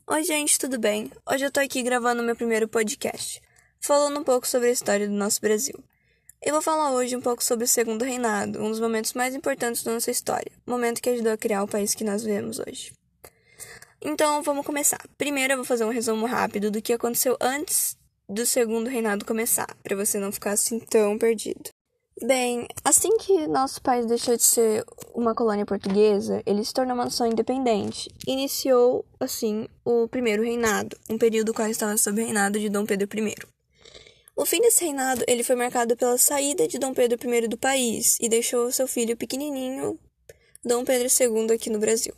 Oi gente, tudo bem? Hoje eu tô aqui gravando meu primeiro podcast, falando um pouco sobre a história do nosso Brasil. Eu vou falar hoje um pouco sobre o Segundo Reinado, um dos momentos mais importantes da nossa história, o momento que ajudou a criar o país que nós vivemos hoje. Então, vamos começar. Primeiro eu vou fazer um resumo rápido do que aconteceu antes do Segundo Reinado começar, para você não ficar assim tão perdido. Bem, assim que nosso país deixou de ser uma colônia portuguesa, ele se tornou uma nação independente. Iniciou, assim, o Primeiro Reinado, um período qual estava sob o reinado de Dom Pedro I. O fim desse reinado ele foi marcado pela saída de Dom Pedro I do país e deixou seu filho pequenininho, Dom Pedro II, aqui no Brasil.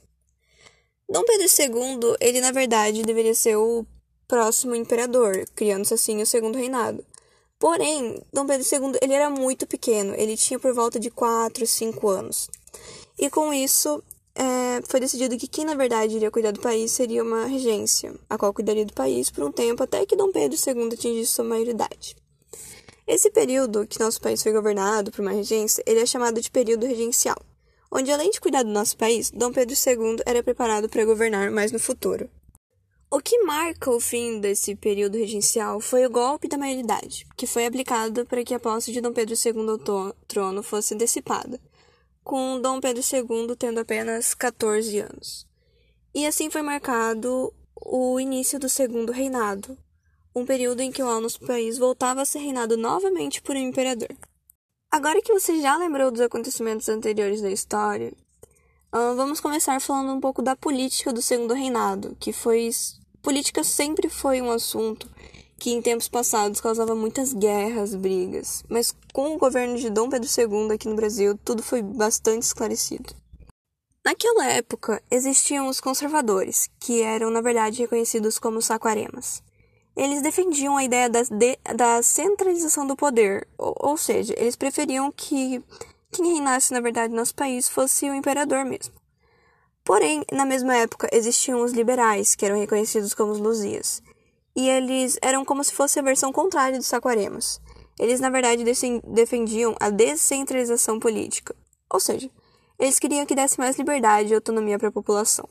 Dom Pedro II, ele na verdade deveria ser o próximo imperador, criando-se assim o Segundo Reinado. Porém, Dom Pedro II ele era muito pequeno, ele tinha por volta de 4, 5 anos. E com isso, foi decidido que quem na verdade iria cuidar do país seria uma regência, a qual cuidaria do país por um tempo até que Dom Pedro II atingisse sua maioridade. Esse período que nosso país foi governado por uma regência, ele é chamado de período regencial, onde além de cuidar do nosso país, Dom Pedro II era preparado para governar mais no futuro. O que marca o fim desse período regencial foi o golpe da maioridade, que foi aplicado para que a posse de Dom Pedro II ao trono fosse antecipada, com Dom Pedro II tendo apenas 14 anos. E assim foi marcado o início do Segundo Reinado, um período em que o nosso país voltava a ser reinado novamente por um imperador. Agora que você já lembrou dos acontecimentos anteriores da história, vamos começar falando um pouco da política do Segundo Reinado, política sempre foi um assunto que em tempos passados causava muitas guerras, brigas, mas com o governo de Dom Pedro II aqui no Brasil, tudo foi bastante esclarecido. Naquela época, existiam os conservadores, que eram, na verdade, reconhecidos como saquaremas. Eles defendiam a ideia da centralização do poder, ou seja, eles preferiam que quem reinasse, na verdade, no nosso país fosse o imperador mesmo. Porém, na mesma época, existiam os liberais, que eram reconhecidos como os luzias. E eles eram como se fosse a versão contrária dos saquaremas. Eles, na verdade, defendiam a descentralização política. Ou seja, eles queriam que desse mais liberdade e autonomia para a população.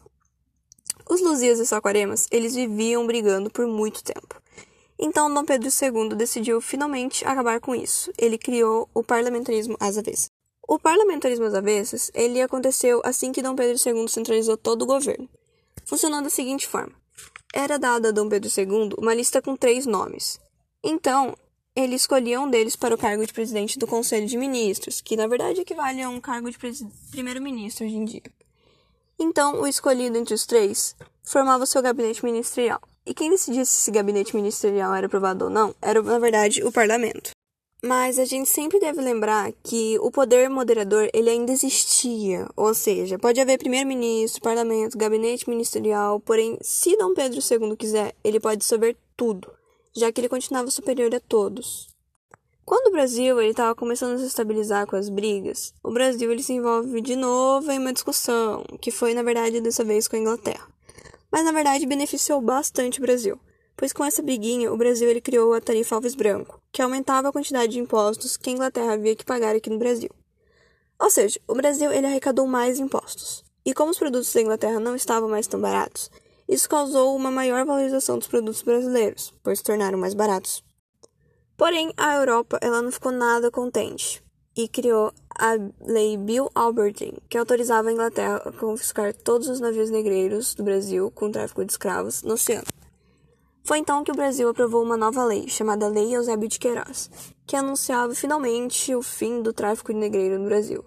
Os luzias e saquaremas, eles viviam brigando por muito tempo. Então, Dom Pedro II decidiu finalmente acabar com isso. Ele criou o parlamentarismo às avessas. O parlamentarismo às avessas, ele aconteceu assim que Dom Pedro II centralizou todo o governo. Funcionou da seguinte forma. Era dada a Dom Pedro II uma lista com 3 nomes. Então, ele escolhia um deles para o cargo de presidente do Conselho de Ministros, que na verdade equivale a um cargo de primeiro-ministro hoje em dia. Então, o escolhido entre os 3 formava o seu gabinete ministerial. E quem decidia se esse gabinete ministerial era aprovado ou não, era na verdade o parlamento. Mas a gente sempre deve lembrar que o poder moderador ele ainda existia, ou seja, pode haver primeiro-ministro, parlamento, gabinete ministerial, porém, se Dom Pedro II quiser, ele pode dissolver tudo, já que ele continuava superior a todos. Quando o Brasil estava começando a se estabilizar com as brigas, o Brasil ele se envolve de novo em uma discussão, que foi, na verdade, dessa vez com a Inglaterra. Mas, na verdade, beneficiou bastante o Brasil. Pois com essa briguinha, o Brasil ele criou a tarifa Alves Branco, que aumentava a quantidade de impostos que a Inglaterra havia que pagar aqui no Brasil. Ou seja, o Brasil ele arrecadou mais impostos. E como os produtos da Inglaterra não estavam mais tão baratos, isso causou uma maior valorização dos produtos brasileiros, pois se tornaram mais baratos. Porém, a Europa ela não ficou nada contente e criou a Lei Beale-Albertine, que autorizava a Inglaterra a confiscar todos os navios negreiros do Brasil com tráfico de escravos no oceano. Foi então que o Brasil aprovou uma nova lei, chamada Lei Eusébio de Queiroz, que anunciava finalmente o fim do tráfico de negreiro no Brasil.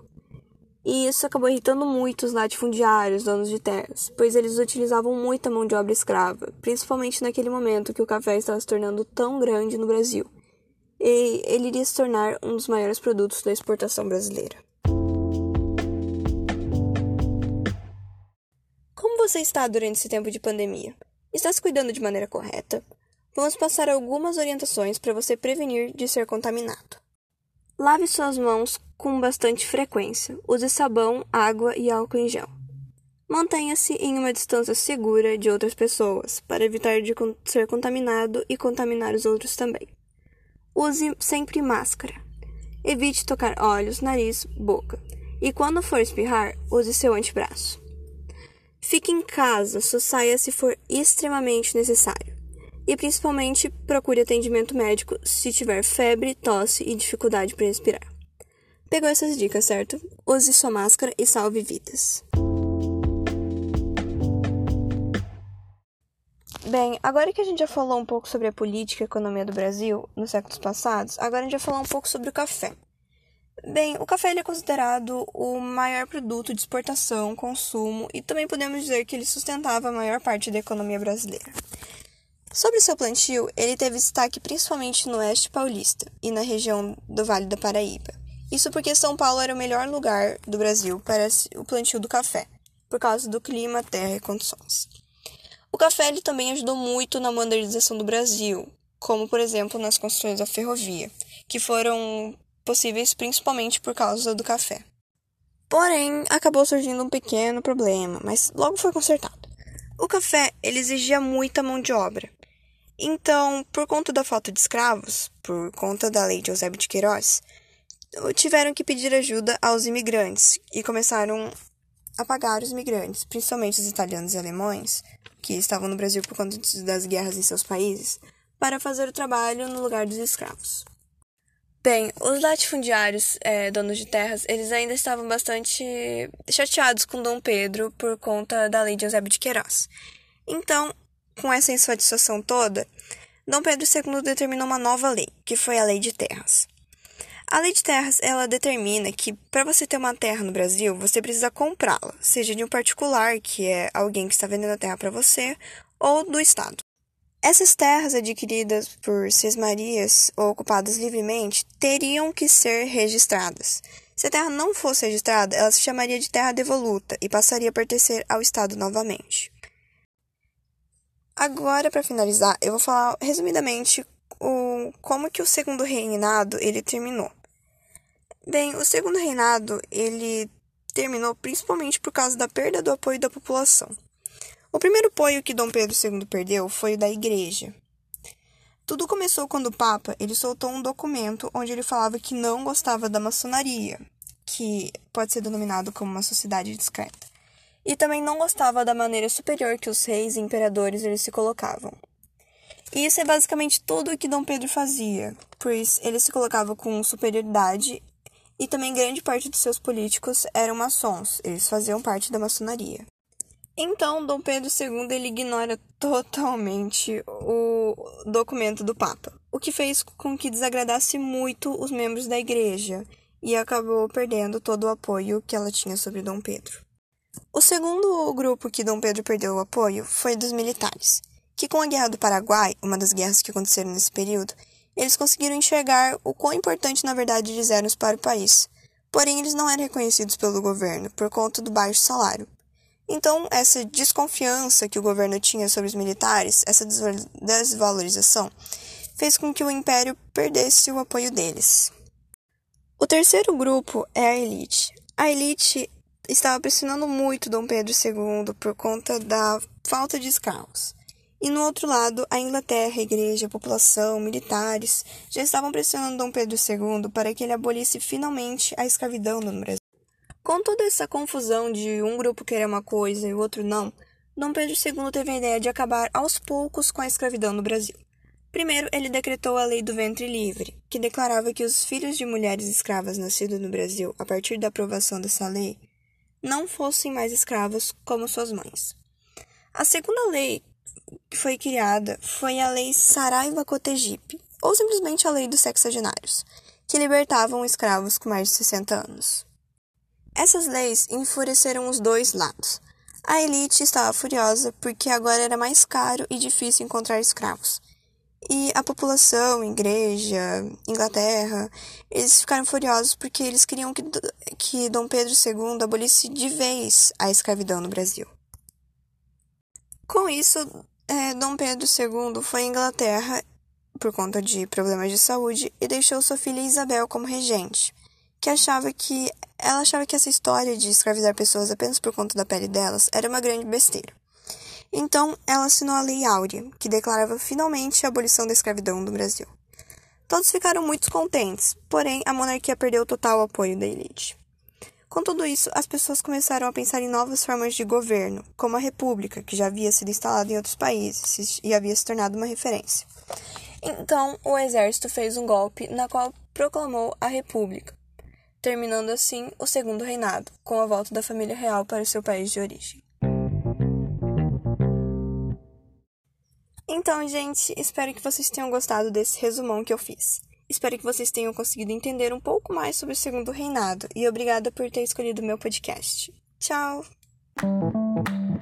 E isso acabou irritando muito os latifundiários, donos de terras, pois eles utilizavam muita mão de obra escrava, principalmente naquele momento que o café estava se tornando tão grande no Brasil. E ele iria se tornar um dos maiores produtos da exportação brasileira. Como você está durante esse tempo de pandemia? Está se cuidando de maneira correta? Vamos passar algumas orientações para você prevenir de ser contaminado. Lave suas mãos com bastante frequência. Use sabão, água e álcool em gel. Mantenha-se em uma distância segura de outras pessoas, para evitar de ser contaminado e contaminar os outros também. Use sempre máscara. Evite tocar olhos, nariz, boca. E quando for espirrar, use seu antebraço. Fique em casa, só saia se for extremamente necessário. E principalmente procure atendimento médico se tiver febre, tosse e dificuldade para respirar. Pegou essas dicas, certo? Use sua máscara e salve vidas. Bem, agora que a gente já falou um pouco sobre a política e a economia do Brasil nos séculos passados, agora a gente vai falar um pouco sobre o café. Bem, o café ele é considerado o maior produto de exportação, consumo e também podemos dizer que ele sustentava a maior parte da economia brasileira. Sobre seu plantio, ele teve destaque principalmente no oeste paulista e na região do Vale do Paraíba. Isso porque São Paulo era o melhor lugar do Brasil para o plantio do café, por causa do clima, terra e condições. O café ele também ajudou muito na modernização do Brasil, como por exemplo nas construções da ferrovia, que foram possíveis principalmente por causa do café. Porém, acabou surgindo um pequeno problema, mas logo foi consertado. O café ele exigia muita mão de obra. Então, por conta da falta de escravos, por conta da lei de Eusébio de Queiroz, tiveram que pedir ajuda aos imigrantes e começaram a pagar os imigrantes, principalmente os italianos e alemães, que estavam no Brasil por conta das guerras em seus países, para fazer o trabalho no lugar dos escravos. Bem, os latifundiários, donos de terras, eles ainda estavam bastante chateados com Dom Pedro por conta da lei de Eusébio de Queiroz. Então, com essa insatisfação toda, Dom Pedro II determinou uma nova lei, que foi a Lei de Terras. A Lei de Terras, ela determina que para você ter uma terra no Brasil, você precisa comprá-la, seja de um particular, que é alguém que está vendendo a terra para você, ou do Estado. Essas terras adquiridas por sesmarias ou ocupadas livremente teriam que ser registradas. Se a terra não fosse registrada, ela se chamaria de terra devoluta e passaria a pertencer ao Estado novamente. Agora, para finalizar, eu vou falar resumidamente como que o segundo reinado ele terminou. Bem, o segundo reinado ele terminou principalmente por causa da perda do apoio da população. O primeiro apoio que Dom Pedro II perdeu foi o da Igreja. Tudo começou quando o Papa ele soltou um documento onde ele falava que não gostava da maçonaria, que pode ser denominado como uma sociedade discreta, e também não gostava da maneira superior que os reis e imperadores eles se colocavam. E isso é basicamente tudo o que Dom Pedro fazia, pois ele se colocava com superioridade e também grande parte dos seus políticos eram maçons, eles faziam parte da maçonaria. Então, Dom Pedro II ele ignora totalmente o documento do Papa, o que fez com que desagradasse muito os membros da Igreja e acabou perdendo todo o apoio que ela tinha sobre Dom Pedro. O segundo grupo que Dom Pedro perdeu o apoio foi dos militares, que com a Guerra do Paraguai, uma das guerras que aconteceram nesse período, eles conseguiram enxergar o quão importante na verdade eles eram para o país, porém eles não eram reconhecidos pelo governo por conta do baixo salário. Então, essa desconfiança que o governo tinha sobre os militares, essa desvalorização, fez com que o império perdesse o apoio deles. O terceiro grupo é a elite. A elite estava pressionando muito Dom Pedro II por conta da falta de escravos. E no outro lado, a Inglaterra, a igreja, a população, militares já estavam pressionando Dom Pedro II para que ele abolisse finalmente a escravidão no Brasil. Com toda essa confusão de um grupo querer uma coisa e o outro não, Dom Pedro II teve a ideia de acabar aos poucos com a escravidão no Brasil. Primeiro, ele decretou a Lei do Ventre Livre, que declarava que os filhos de mulheres escravas nascidos no Brasil, a partir da aprovação dessa lei, não fossem mais escravos como suas mães. A segunda lei que foi criada foi a Lei Saraiva-Cotegipe, ou simplesmente a Lei dos Sexagenários, que libertavam escravos com mais de 60 anos. Essas leis enfureceram os dois lados. A elite estava furiosa porque agora era mais caro e difícil encontrar escravos. E a população, igreja, Inglaterra, eles ficaram furiosos porque eles queriam que Dom Pedro II abolisse de vez a escravidão no Brasil. Com isso, Dom Pedro II foi à Inglaterra por conta de problemas de saúde e deixou sua filha Isabel como regente, que ela achava que essa história de escravizar pessoas apenas por conta da pele delas era uma grande besteira. Então, ela assinou a Lei Áurea, que declarava finalmente a abolição da escravidão no Brasil. Todos ficaram muito contentes, porém a monarquia perdeu total apoio da elite. Com tudo isso, as pessoas começaram a pensar em novas formas de governo, como a república, que já havia sido instalada em outros países e havia se tornado uma referência. Então, o exército fez um golpe na qual proclamou a república, terminando assim o segundo reinado, com a volta da família real para o seu país de origem. Então, gente, espero que vocês tenham gostado desse resumão que eu fiz. Espero que vocês tenham conseguido entender um pouco mais sobre o segundo reinado e obrigada por ter escolhido o meu podcast. Tchau!